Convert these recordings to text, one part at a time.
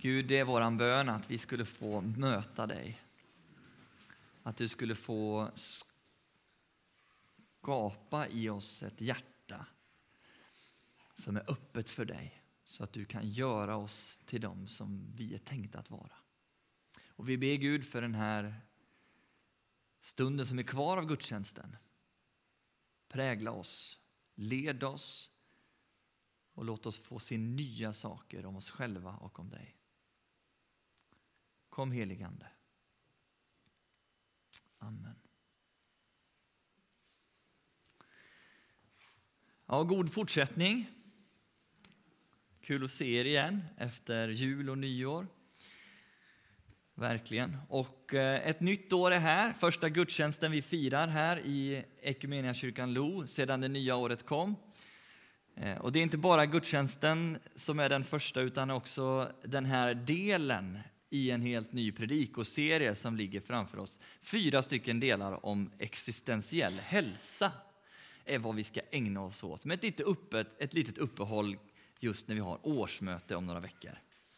Gud, det är våran bön att vi skulle få möta dig. Att du skulle få skapa i oss ett hjärta som är öppet för dig. Så att du kan göra oss till dem som vi är tänkta att vara. Och vi ber Gud för den här stunden som är kvar av gudstjänsten. Prägla oss, led oss och låt oss få se nya saker om oss själva och om dig. Kom heligande. Amen. Ja, god fortsättning. Kul att se er igen efter jul och nyår. Verkligen. Och ett nytt år är här. Första gudstjänsten vi firar här i Equmeniakyrkan Lo sedan det nya året kom. Och det är inte bara gudstjänsten som är den första utan också den här delen i en helt ny predikoserie som ligger framför oss. 4 stycken delar om existentiell hälsa är vad vi ska ägna oss åt. Med ett litet uppehåll just när vi har årsmöte om några veckor.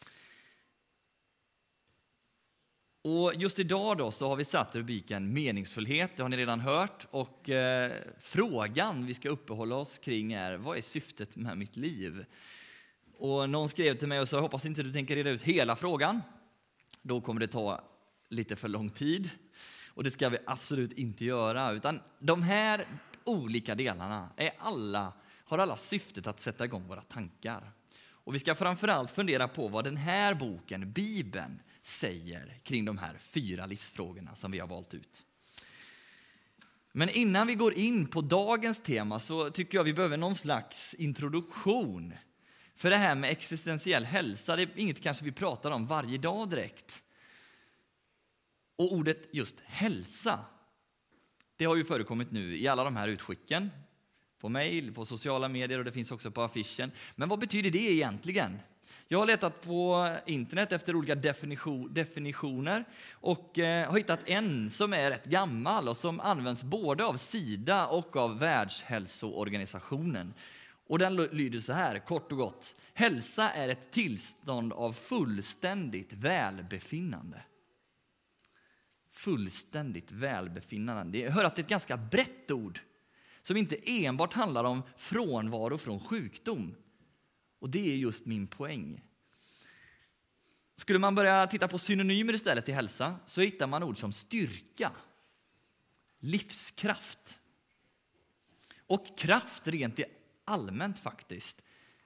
Och just idag då så har vi satt rubriken meningsfullhet, det har ni redan hört. Och frågan vi ska uppehålla oss kring är, vad är syftet med mitt liv? Och någon skrev till mig och sa, jag hoppas inte du tänker reda ut hela frågan. Då kommer det ta lite för lång tid. Och det ska vi absolut inte göra. Utan de här olika delarna har alla syftet att sätta igång våra tankar. Och vi ska framförallt fundera på vad den här boken, Bibeln, säger kring de här 4 livsfrågorna som vi har valt ut. Men innan vi går in på dagens tema så tycker jag vi behöver någon slags introduktion. För det här med existentiell hälsa, det är inget kanske vi pratar om varje dag direkt. Och ordet just hälsa, det har ju förekommit nu i alla de här utskicken. På mejl, på sociala medier och det finns också på affischen. Men vad betyder det egentligen? Jag har letat på internet efter olika definitioner och har hittat en som är rätt gammal och som används både av SIDA och av Världshälsoorganisationen. Och den lyder så här, kort och gott. Hälsa är ett tillstånd av fullständigt välbefinnande. Fullständigt välbefinnande. Jag hör att det är ett ganska brett ord som inte enbart handlar om frånvaro från sjukdom. Och det är just min poäng. Skulle man börja titta på synonymer istället till hälsa så hittar man ord som styrka, livskraft och kraft rent allmänt faktiskt.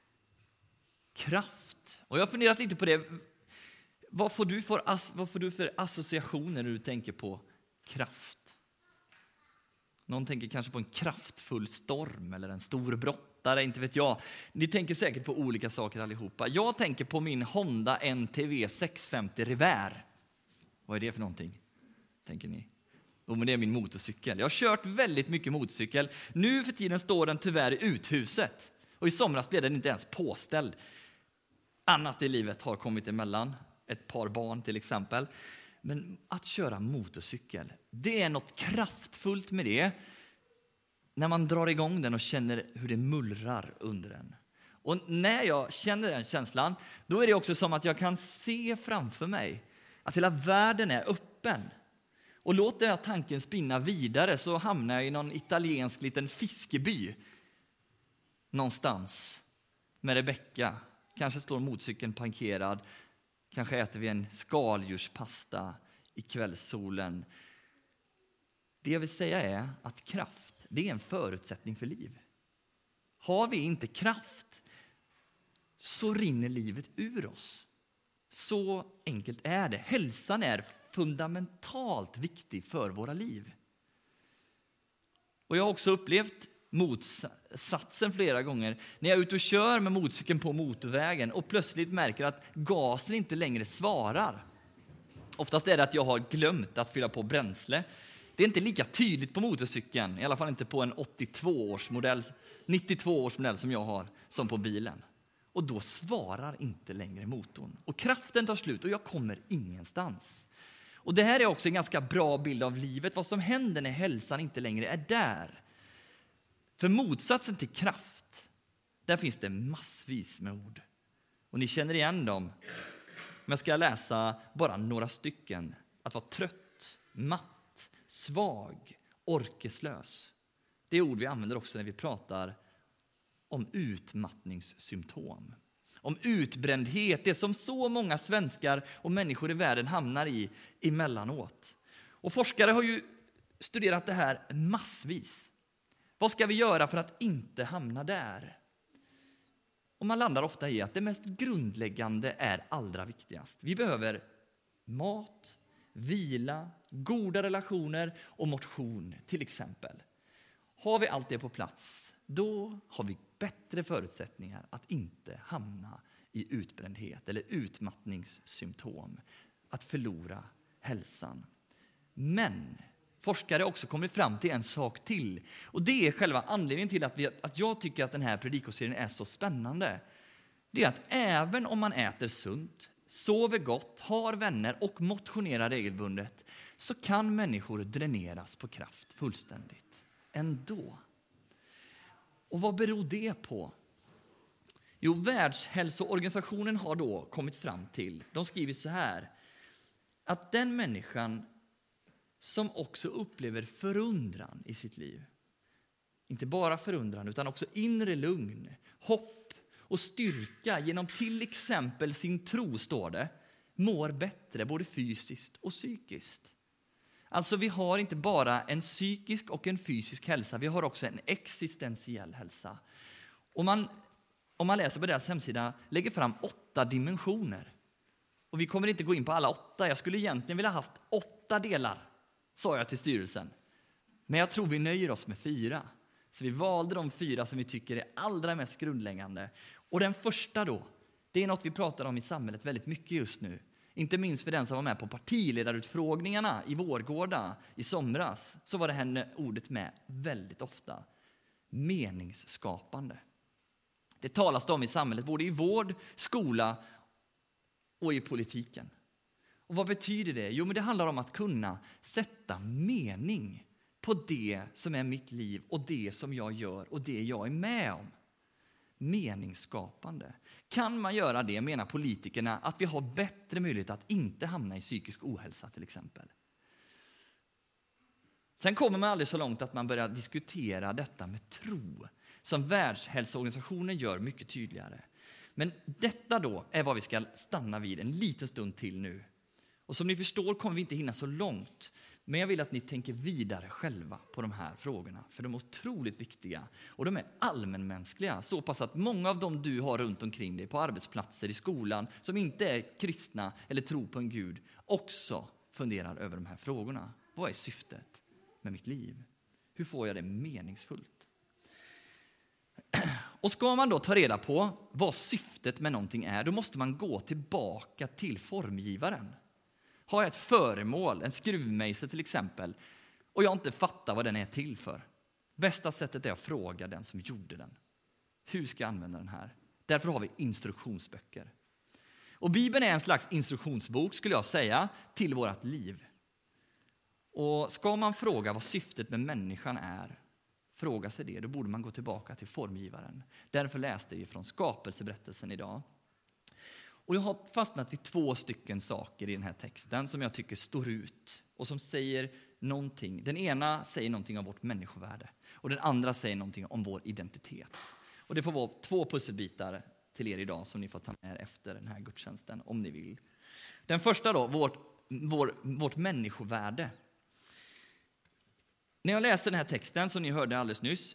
Kraft. Och jag har funderat lite på det. Vad får du för associationer när du tänker på kraft? Någon tänker kanske på en kraftfull storm eller en stor brottare, inte vet jag. Ni tänker säkert på olika saker allihopa. Jag tänker på min Honda NTV 650 Revär. Vad är det för någonting? Tänker ni? Jo, men det är min motorcykel. Jag har kört väldigt mycket motorcykel. Nu för tiden står den tyvärr i uthuset. Och i somras blev den inte ens påställd. Annat i livet har kommit emellan. Ett par barn till exempel. Men att köra motorcykel, det är något kraftfullt med det. När man drar igång den och känner hur det mullrar under den. Och när jag känner den känslan, då är det också som att jag kan se framför mig att hela världen är öppen. Och låter jag tanken spinna vidare så hamnar jag i någon italiensk liten fiskeby. Någonstans med Rebecka. Kanske står motorcykeln parkerad. Kanske äter vi en skaldjurspasta i kvällssolen. Det jag vill säga är att kraft, det är en förutsättning för liv. Har vi inte kraft så rinner livet ur oss. Så enkelt är det. Hälsan är fundamentalt viktig för våra liv. Och jag har också upplevt motsatsen flera gånger. När jag är ute och kör med motorcykeln på motorvägen och plötsligt märker att gasen inte längre svarar. Oftast är det att jag har glömt att fylla på bränsle. Det är inte lika tydligt på motorcykeln, i alla fall inte på en 92-årsmodell som jag har, som på bilen. Och då svarar inte längre motorn. Och kraften tar slut och jag kommer ingenstans. Och det här är också en ganska bra bild av livet. Vad som händer när hälsan inte längre är där. För motsatsen till kraft, där finns det massvis med ord. Och ni känner igen dem. Men jag ska läsa bara några stycken. Att vara trött, matt, svag, orkeslös. Det är ord vi använder också när vi pratar om utmattningssymptom. Om utbrändhet, det som så många svenskar och människor i världen hamnar i emellanåt. Och forskare har ju studerat det här massvis. Vad ska vi göra för att inte hamna där? Och man landar ofta i att det mest grundläggande är allra viktigast. Vi behöver mat, vila, goda relationer och motion till exempel. Har vi allt det på plats, då har vi bättre förutsättningar att inte hamna i utbrändhet eller utmattningssymptom, att förlora hälsan. Men forskare har också kommit fram till en sak till. Och det är själva anledningen till att jag tycker att den här predikoserien är så spännande. Det är att även om man äter sunt, sover gott, har vänner och motionerar regelbundet, så kan människor dräneras på kraft fullständigt ändå. Och vad beror det på? Jo, Världshälsoorganisationen har då kommit fram till, de skriver så här, att den människan som också upplever förundran i sitt liv, inte bara förundran utan också inre lugn, hopp och styrka genom till exempel sin tro, står det, mår bättre både fysiskt och psykiskt. Alltså vi har inte bara en psykisk och en fysisk hälsa, vi har också en existentiell hälsa. Och om man läser på deras hemsida lägger fram 8 dimensioner. Och vi kommer inte gå in på alla 8, jag skulle egentligen vilja haft 8 delar, sa jag till styrelsen. Men jag tror vi nöjer oss med 4. Så vi valde de 4 som vi tycker är allra mest grundläggande. Och den första då, det är något vi pratar om i samhället väldigt mycket just nu. Inte minst för den som var med på partiledarutfrågningarna i Vårgårda i somras, så var det här ordet med väldigt ofta. Meningsskapande. Det talas om i samhället, både i vård, skola och i politiken. Och vad betyder det? Jo, men det handlar om att kunna sätta mening på det som är mitt liv och det som jag gör och det jag är med om. Meningsskapande. Kan man göra det, menar politikerna, att vi har bättre möjlighet att inte hamna i psykisk ohälsa till exempel. Sen kommer man aldrig så långt att man börjar diskutera detta med tro, som Världshälsoorganisationen gör mycket tydligare. Men detta då är vad vi ska stanna vid en liten stund till nu. Och som ni förstår kommer vi inte hinna så långt. Men jag vill att ni tänker vidare själva på de här frågorna. För de är otroligt viktiga. Och de är allmänmänskliga. Så pass att många av dem du har runt omkring dig på arbetsplatser, i skolan, som inte är kristna eller tror på en Gud, också funderar över de här frågorna. Vad är syftet med mitt liv? Hur får jag det meningsfullt? Och ska man då ta reda på vad syftet med någonting är, då måste man gå tillbaka till formgivaren. Har jag ett föremål, en skruvmejsel till exempel, och jag inte fattar vad den är till för. Bästa sättet är att fråga den som gjorde den. Hur ska jag använda den här? Därför har vi instruktionsböcker. Och Bibeln är en slags instruktionsbok, skulle jag säga, till vårt liv. Och ska man fråga vad syftet med människan är, fråga sig det, då borde man gå tillbaka till formgivaren. Därför läste vi från skapelseberättelsen idag. Och jag har fastnat vid 2 stycken saker i den här texten som jag tycker står ut och som säger någonting. Den ena säger någonting om vårt människovärde och den andra säger någonting om vår identitet. Och det får vara 2 pusselbitar till er idag som ni får ta med er efter den här gudstjänsten om ni vill. Den första då, vårt människovärde. När jag läser den här texten som ni hörde alldeles nyss,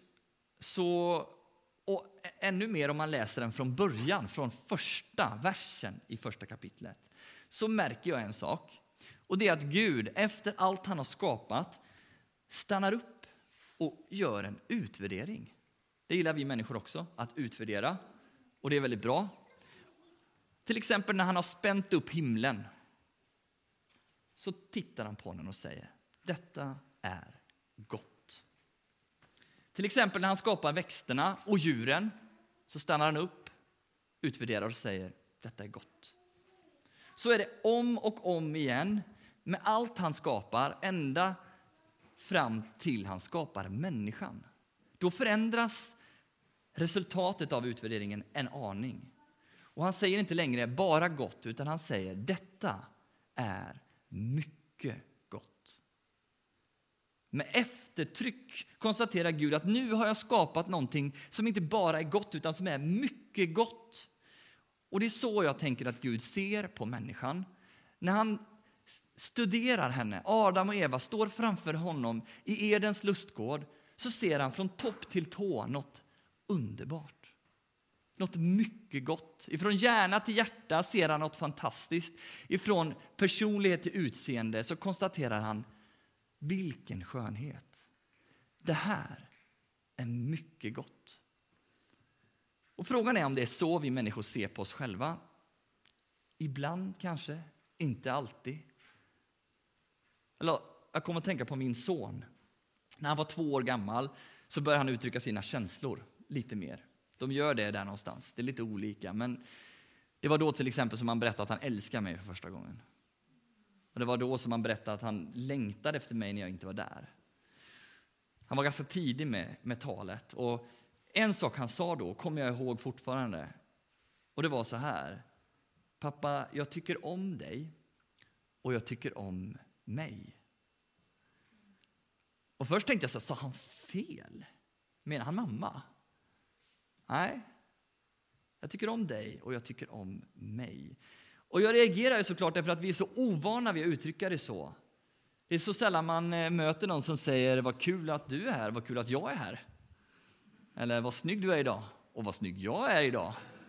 och ännu mer om man läser den från början, från första versen i första kapitlet, så märker jag en sak. Och det är att Gud, efter allt han har skapat, stannar upp och gör en utvärdering. Det gillar vi människor också, att utvärdera. Och det är väldigt bra. Till exempel när han har spänt upp himlen, så tittar han på den och säger, detta är gott. Till exempel när han skapar växterna och djuren, så stannar han upp, utvärderar och säger, detta är gott. Så är det om och om igen med allt han skapar, ända fram till han skapar människan. Då förändras resultatet av utvärderingen en aning. Och han säger inte längre bara gott, utan han säger detta är mycket gott. Med eftertryck konstaterar Gud att nu har jag skapat någonting som inte bara är gott utan som är mycket gott. Och det är så jag tänker att Gud ser på människan. När han studerar henne, Adam och Eva står framför honom i Edens lustgård, så ser han från topp till tå något underbart. Något mycket gott. Ifrån hjärna till hjärta ser han något fantastiskt. Ifrån personlighet till utseende så konstaterar han, vilken skönhet. Det här är mycket gott. Och frågan är om det är så vi människor ser på oss själva. Ibland kanske, inte alltid. Eller, jag kommer att tänka på min son. När han var 2 år gammal så började han uttrycka sina känslor lite mer. De gör det där någonstans. Det är lite olika. Men det var då till exempel som han berättade att han älskar mig för första gången. Och det var då som han berättade att han längtade efter mig när jag inte var där. Han var ganska tidig med talet. Och en sak han sa då kommer jag ihåg fortfarande. Och det var så här. Pappa, jag tycker om dig. Och jag tycker om mig. Och först tänkte jag så, sa han fel? Menar han mamma? Nej. Jag tycker om dig och jag tycker om mig. Och jag reagerar ju såklart därför att vi är så ovana vid att uttrycka det så. Det är så sällan man möter någon som säger, vad kul att du är här, vad kul att jag är här. Eller vad snygg du är idag och vad snygg jag är idag.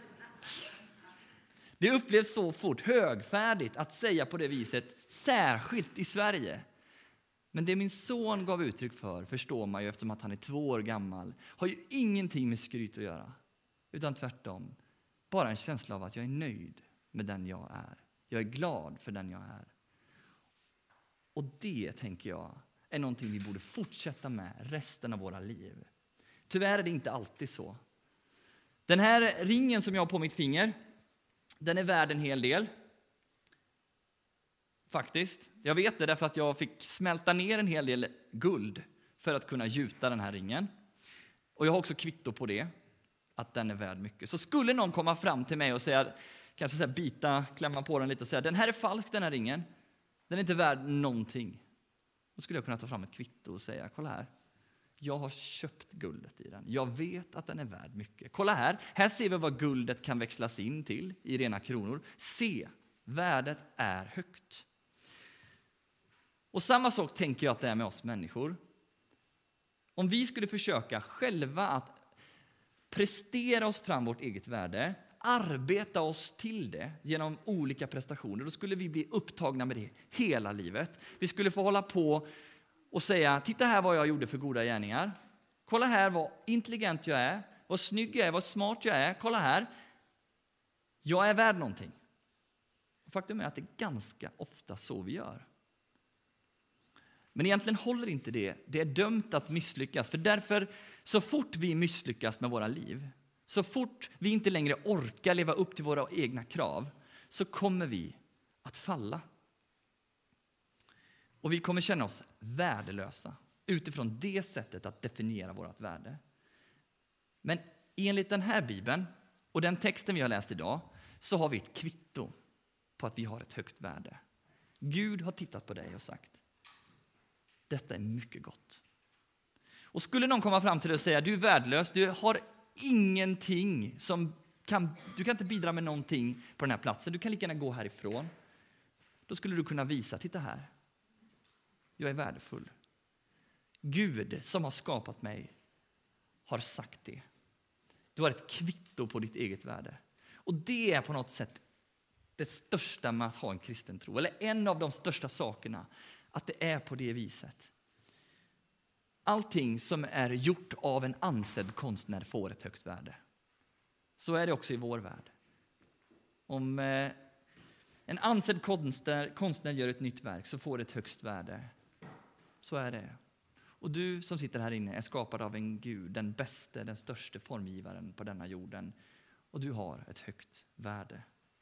Det upplevs så fort högfärdigt att säga på det viset, särskilt i Sverige. Men det min son gav uttryck för, förstår man ju eftersom att han är 2 år gammal, har ju ingenting med skryt att göra. Utan tvärtom, bara en känsla av att jag är nöjd med den jag är. Jag är glad för den jag är. Och det, tänker jag, är någonting vi borde fortsätta med resten av våra liv. Tyvärr är det inte alltid så. Den här ringen som jag har på mitt finger, den är värd en hel del. Faktiskt. Jag vet det därför att jag fick smälta ner en hel del guld för att kunna gjuta den här ringen. Och jag har också kvitto på det, att den är värd mycket. Så skulle någon komma fram till mig och säga, kanske så här klämma på den lite och säga, den här är falsk, den här ringen. Den är inte värd någonting. Då skulle jag kunna ta fram ett kvitto och säga, kolla här. Jag har köpt guldet i den. Jag vet att den är värd mycket. Kolla här. Här ser vi vad guldet kan växlas in till i rena kronor. Se, värdet är högt. Och samma sak tänker jag att det är med oss människor. Om vi skulle försöka själva att prestera oss fram vårt eget värde, arbeta oss till det genom olika prestationer, då skulle vi bli upptagna med det hela livet. Vi skulle få hålla på och säga, titta här vad jag gjorde för goda gärningar. Kolla här vad intelligent jag är, vad snygg jag är, vad smart jag är. Kolla här, jag är värd någonting. Faktum är att det är ganska ofta så vi gör. Men egentligen håller inte det. Det är dömt att misslyckas. För därför, så fort vi misslyckas med våra liv, så fort vi inte längre orkar leva upp till våra egna krav, så kommer vi att falla. Och vi kommer känna oss värdelösa utifrån det sättet att definiera vårt värde. Men enligt den här Bibeln och den texten vi har läst idag, så har vi ett kvitto på att vi har ett högt värde. Gud har tittat på dig och sagt, detta är mycket gott. Och skulle någon komma fram till dig och säga, du är värdelös, du har ingenting du kan inte bidra med någonting på den här platsen, du kan lika gärna gå härifrån. Då skulle du kunna visa, titta här, jag är värdefull. Gud som har skapat mig har sagt det. Du har ett kvitto på ditt eget värde. Och det är på något sätt det största med att ha en kristen tro. Eller en av de största sakerna. Att det är på det viset. Allting som är gjort av en ansedd konstnär får ett högt värde. Så är det också i vår värld. Om en ansedd konstnär gör ett nytt verk så får det ett högst värde. Så är det. Och du som sitter här inne är skapad av en Gud, den bästa, den största formgivaren på denna jorden. Och du har ett högt värde.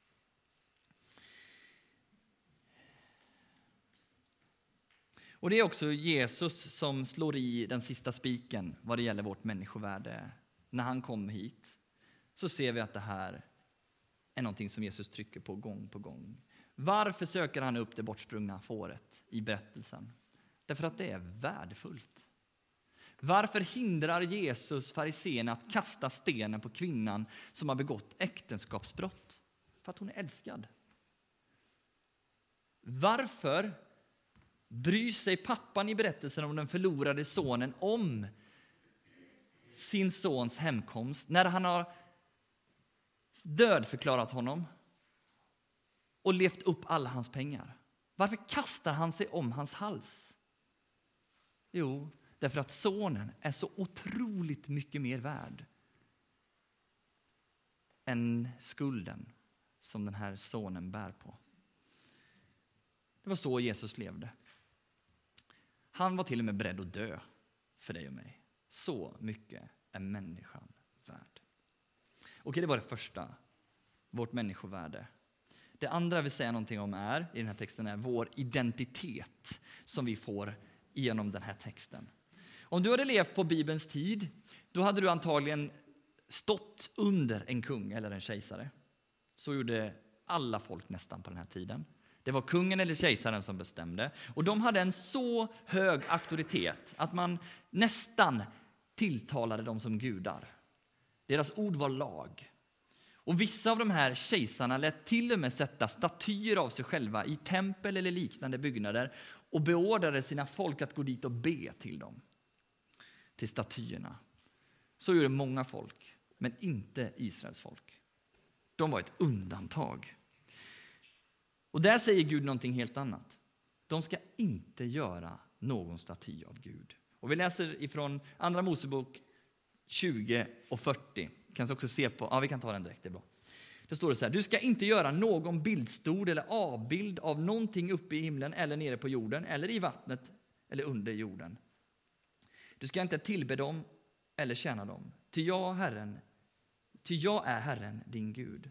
Och det är också Jesus som slår i den sista spiken vad det gäller vårt människovärde. När han kom hit så ser vi att det här är någonting som Jesus trycker på gång på gång. Varför söker han upp det bortsprungna fåret i berättelsen? Därför att det är värdefullt. Varför hindrar Jesus fariséerna att kasta stenen på kvinnan som har begått äktenskapsbrott? För att hon är älskad. Varför bryr sig pappan i berättelsen om den förlorade sonen om sin sons hemkomst när han har dödförklarat honom och levt upp alla hans pengar? Varför kastar han sig om hans hals? Jo, därför att sonen är så otroligt mycket mer värd än skulden som den här sonen bär på. Det var så Jesus levde. Han var till och med beredd att dö för dig och mig. Så mycket är människan värd. Okej, det var det första. Vårt människovärde. Det andra vi säger någonting om i den här texten är vår identitet som vi får genom den här texten. Om du hade levt på Bibelns tid, då hade du antagligen stått under en kung eller en kejsare. Så gjorde alla folk nästan på den här tiden. Det var kungen eller kejsaren som bestämde. Och de hade en så hög auktoritet att man nästan tilltalade dem som gudar. Deras ord var lag. Och vissa av de här kejsarna lät till och med sätta statyer av sig själva i tempel eller liknande byggnader och beordrade sina folk att gå dit och be till dem. Till statyerna. Så gjorde många folk, men inte Israels folk. De var ett undantag. Och där säger Gud någonting helt annat. De ska inte göra någon staty av Gud. Och vi läser ifrån Andra Mosebok 20 och 40. Kan också se på, vi kan ta den direkt, det är bra. Det står det så här: du ska inte göra någon bildstod eller avbild av någonting uppe i himlen eller nere på jorden eller i vattnet eller under jorden. Du ska inte tillbe dem eller tjäna dem. Ty jag är Herren din Gud.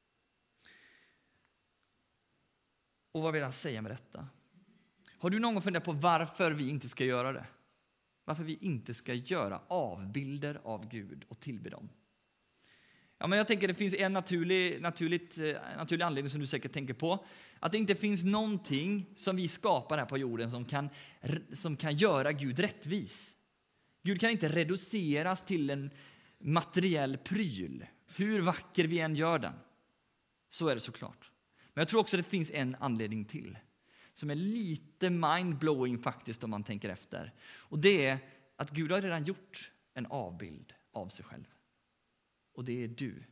Och vad vill han säga med detta? Har du någon gång funderat på varför vi inte ska göra det? Varför vi inte ska göra avbilder av Gud och tillbe dem? Ja, men jag tänker det finns en naturlig anledning som du säkert tänker på. Att det inte finns någonting som vi skapar här på jorden som kan göra Gud rättvis. Gud kan inte reduceras till en materiell pryl. Hur vacker vi än gör den. Så är det såklart. Men jag tror också det finns en anledning till. Som är lite mindblowing faktiskt om man tänker efter. Och det är att Gud har redan gjort en avbild av sig själv. Och det är du.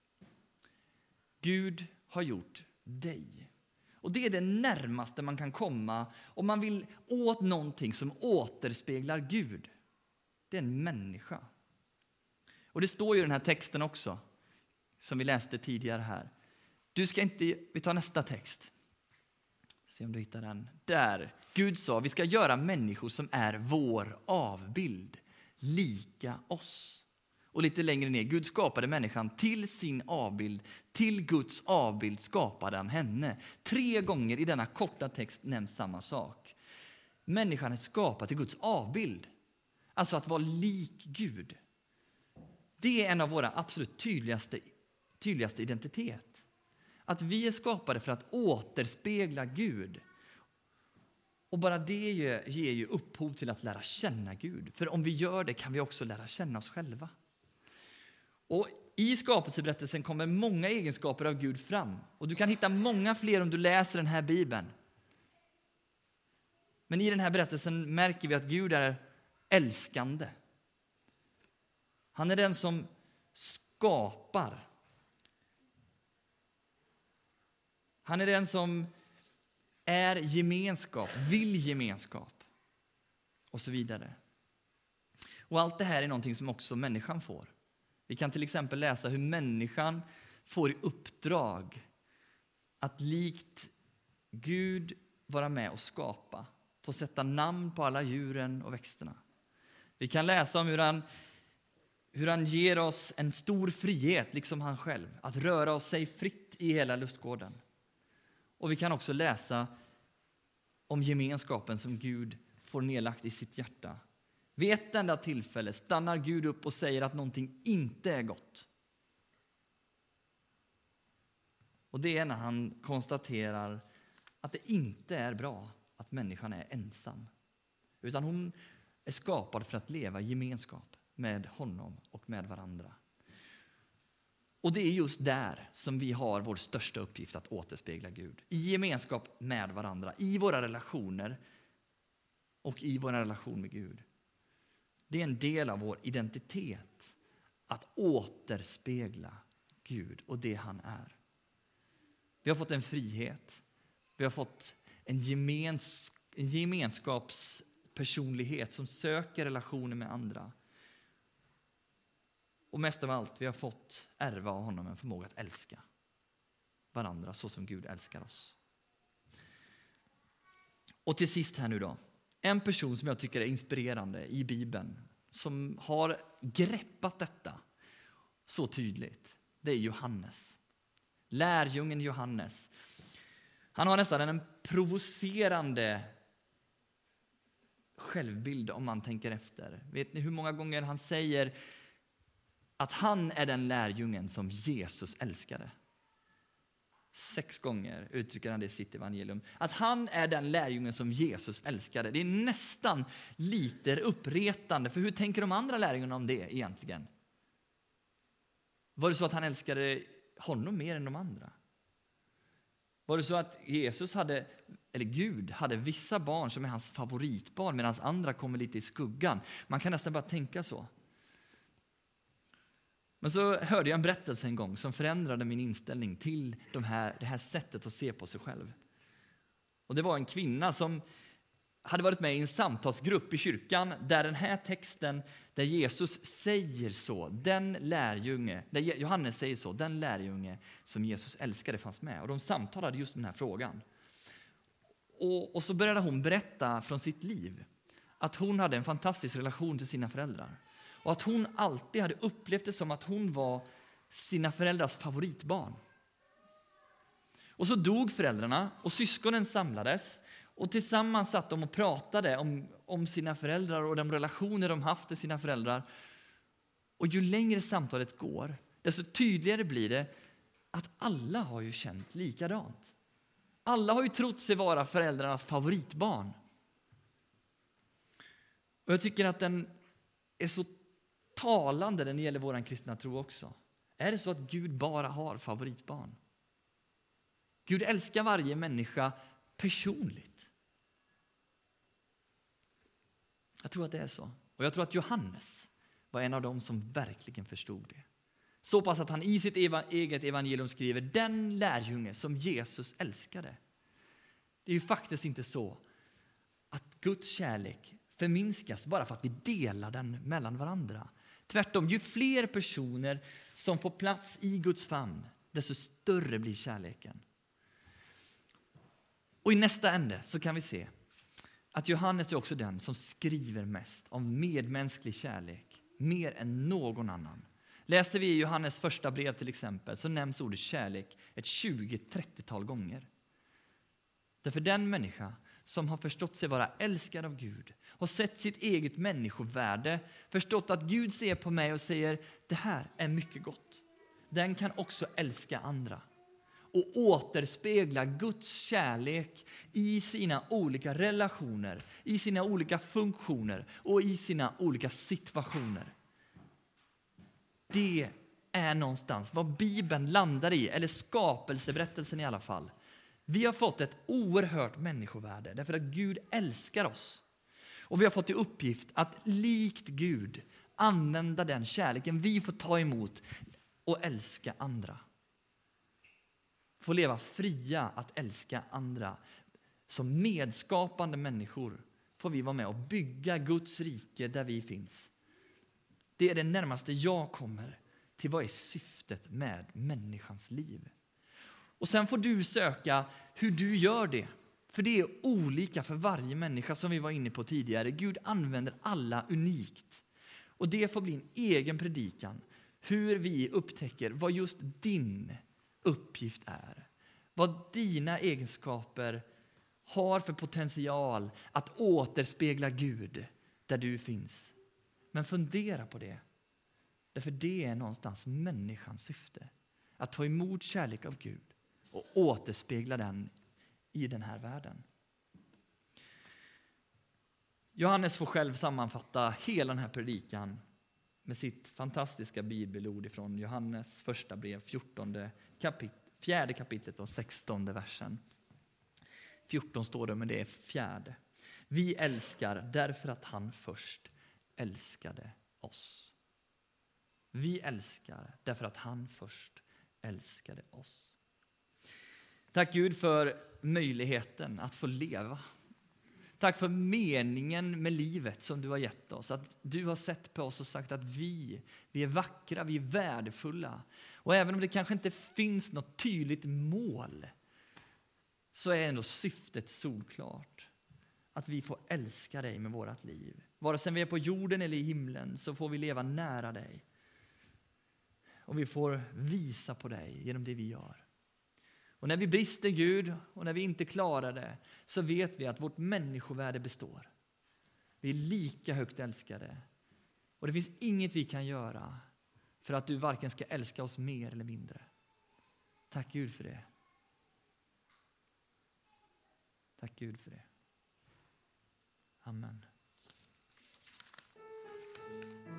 Gud har gjort dig. Och det är det närmaste man kan komma om man vill åt någonting som återspeglar Gud. Det är en människa. Och det står ju i den här texten också, som vi läste tidigare här. Du ska inte, vi tar nästa text. Se om du hittar den. Där. Gud sa, vi ska göra människor som är vår avbild. Lika oss. Och lite längre ner, Gud skapade människan till sin avbild. Till Guds avbild skapade han henne. 3 gånger i denna korta text nämns samma sak. Människan är skapad till Guds avbild. Alltså att vara lik Gud. Det är en av våra absolut tydligaste identitet. Att vi är skapade för att återspegla Gud. Och bara det ger ju upphov till att lära känna Gud. För om vi gör det kan vi också lära känna oss själva. Och i skapelseberättelsen kommer många egenskaper av Gud fram. Och du kan hitta många fler om du läser den här Bibeln. Men i den här berättelsen märker vi att Gud är älskande. Han är den som skapar. Han är den som är gemenskap, vill gemenskap och så vidare. Och allt det här är någonting som också människan får. Vi kan till exempel läsa hur människan får i uppdrag att likt Gud vara med och skapa. Få sätta namn på alla djuren och växterna. Vi kan läsa om hur han ger oss en stor frihet, liksom han själv. Att röra sig fritt i hela lustgården. Och vi kan också läsa om gemenskapen som Gud får nedlagt i sitt hjärta. Vid ett enda tillfälle stannar Gud upp och säger att någonting inte är gott. Och det är när han konstaterar att det inte är bra att människan är ensam. Utan hon är skapad för att leva i gemenskap med honom och med varandra. Och det är just där som vi har vår största uppgift att återspegla Gud. I gemenskap med varandra, i våra relationer och i vår relation med Gud. Det är en del av vår identitet att återspegla Gud och det han är. Vi har fått en frihet. Vi har fått en gemenskapspersonlighet som söker relationer med andra. Och mest av allt, vi har fått ärva av honom en förmåga att älska varandra så som Gud älskar oss. Och till sist här nu då. En person som jag tycker är inspirerande i Bibeln, som har greppat detta så tydligt, det är Johannes. Lärjungen Johannes. Han har nästan en provocerande självbild om man tänker efter. Vet ni hur många gånger han säger att han är den lärjungen som Jesus älskade? 6 gånger uttrycker han det i sitt evangelium. Att han är den lärjungen som Jesus älskade. Det är nästan lite uppretande. För hur tänker de andra lärjungarna om det egentligen? Var det så att han älskade honom mer än de andra? Var det så att Gud hade vissa barn som är hans favoritbarn medan andra kommer lite i skuggan? Man kan nästan bara tänka så. Men så hörde jag en berättelse en gång som förändrade min inställning till det här sättet att se på sig själv. Och det var en kvinna som hade varit med i en samtalsgrupp i kyrkan där den här texten, där Jesus säger så, där Johannes säger så, den lärjunge som Jesus älskade fanns med. Och de samtalade just den här frågan. Och så började hon berätta från sitt liv att hon hade en fantastisk relation till sina föräldrar. Och att hon alltid hade upplevt det som att hon var sina föräldrars favoritbarn. Och så dog föräldrarna och syskonen samlades. Och tillsammans satt de och pratade om sina föräldrar och de relationer de haft till sina föräldrar. Och ju längre samtalet går, desto tydligare blir det att alla har ju känt likadant. Alla har ju trott sig vara föräldrarnas favoritbarn. Och jag tycker att den är så talande när det gäller våran kristna tro också. Är det så att Gud bara har favoritbarn? Gud älskar varje människa personligt. Jag tror att det är så. Och jag tror att Johannes var en av dem som verkligen förstod det. Så pass att han i sitt eget evangelium skriver den lärjunge som Jesus älskade. Det är ju faktiskt inte så att Guds kärlek förminskas bara för att vi delar den mellan varandra. Tvärtom, ju fler personer som får plats i Guds famn, desto större blir kärleken. Och i nästa ände så kan vi se att Johannes är också den som skriver mest om medmänsklig kärlek, mer än någon annan. Läser vi i Johannes första brev till exempel så nämns ordet kärlek ett 20-30-tal gånger. Därför den människa som har förstått sig vara älskad av Gud, har sett sitt eget människovärde, förstått att Gud ser på mig och säger det här är mycket gott. Den kan också älska andra och återspegla Guds kärlek i sina olika relationer, i sina olika funktioner och i sina olika situationer. Det är någonstans vad Bibeln landar i, eller skapelseberättelsen i alla fall. Vi har fått ett oerhört människovärde därför att Gud älskar oss. Och vi har fått i uppgift att likt Gud använda den kärleken vi får ta emot och älska andra. Få leva fria att älska andra. Som medskapande människor får vi vara med och bygga Guds rike där vi finns. Det är det närmaste jag kommer till vad är syftet med människans liv. Och sen får du söka hur du gör det. För det är olika för varje människa som vi var inne på tidigare. Gud använder alla unikt. Och det får bli en egen predikan. Hur vi upptäcker vad just din uppgift är. Vad dina egenskaper har för potential att återspegla Gud där du finns. Men fundera på det. Därför det är någonstans människans syfte. Att ta emot kärlek av Gud och återspegla den i den här världen. Johannes får själv sammanfatta hela den här predikan med sitt fantastiska bibelord från Johannes första brev, 4 kapitlet och 16 versen. 14 står det, men det är 4. Vi älskar därför att han först älskade oss. Vi älskar därför att han först älskade oss. Tack Gud för möjligheten att få leva. Tack för meningen med livet som du har gett oss. Att du har sett på oss och sagt att vi är vackra, vi är värdefulla. Och även om det kanske inte finns något tydligt mål, så är ändå syftet solklart. Att vi får älska dig med vårt liv. Vare sig vi är på jorden eller i himlen så får vi leva nära dig. Och vi får visa på dig genom det vi gör. Och när vi brister Gud och när vi inte klarar det, så vet vi att vårt människovärde består. Vi är lika högt älskade. Och det finns inget vi kan göra för att du varken ska älska oss mer eller mindre. Tack Gud för det. Tack Gud för det. Amen.